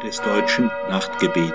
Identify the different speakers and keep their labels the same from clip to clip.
Speaker 1: des deutschen Nachtgebet.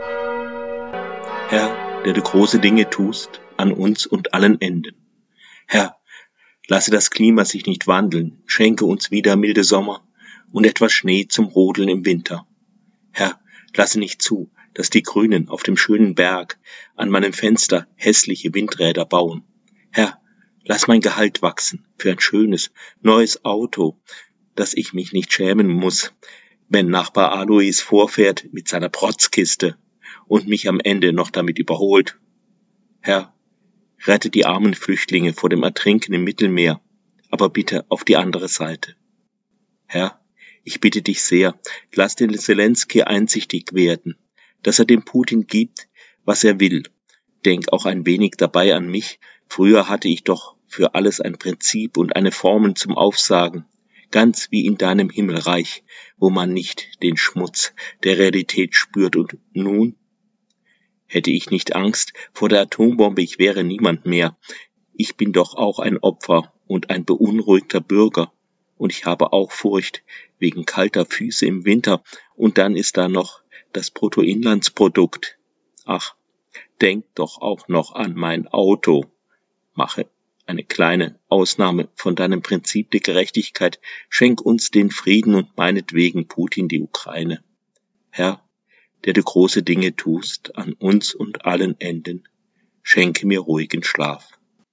Speaker 1: Herr, der du große Dinge tust, an uns und allen Enden. Herr, lasse das Klima sich nicht wandeln, schenke uns wieder milde Sommer und etwas Schnee zum Rodeln im Winter. Herr, lasse nicht zu, dass die Grünen auf dem schönen Berg an meinem Fenster hässliche Windräder bauen. Herr, lass mein Gehalt wachsen für ein schönes, neues Auto, dass ich mich nicht schämen muss, wenn Nachbar Alois vorfährt mit seiner Protzkiste und mich am Ende noch damit überholt. Herr, rette die armen Flüchtlinge vor dem Ertrinken im Mittelmeer, aber bitte auf die andere Seite. Herr, ich bitte dich sehr, lass den Zelensky einsichtig werden, dass er dem Putin gibt, was er will. Denk auch ein wenig dabei an mich. Früher hatte ich doch für alles ein Prinzip und eine Formel zum Aufsagen, ganz wie in deinem Himmelreich, wo man nicht den Schmutz der Realität spürt. Und nun? Hätte ich nicht Angst vor der Atombombe, ich wäre niemand mehr. Ich bin doch auch ein Opfer und ein beunruhigter Bürger. Und ich habe auch Furcht wegen kalter Füße im Winter. Und dann ist da noch das Bruttoinlandsprodukt. Ach, denk doch auch noch an mein Auto. Mache eine kleine Ausnahme von deinem Prinzip der Gerechtigkeit. Schenk uns den Frieden und meinetwegen Putin die Ukraine. Herr, der du große Dinge tust, an uns und allen Enden, schenke mir ruhigen Schlaf.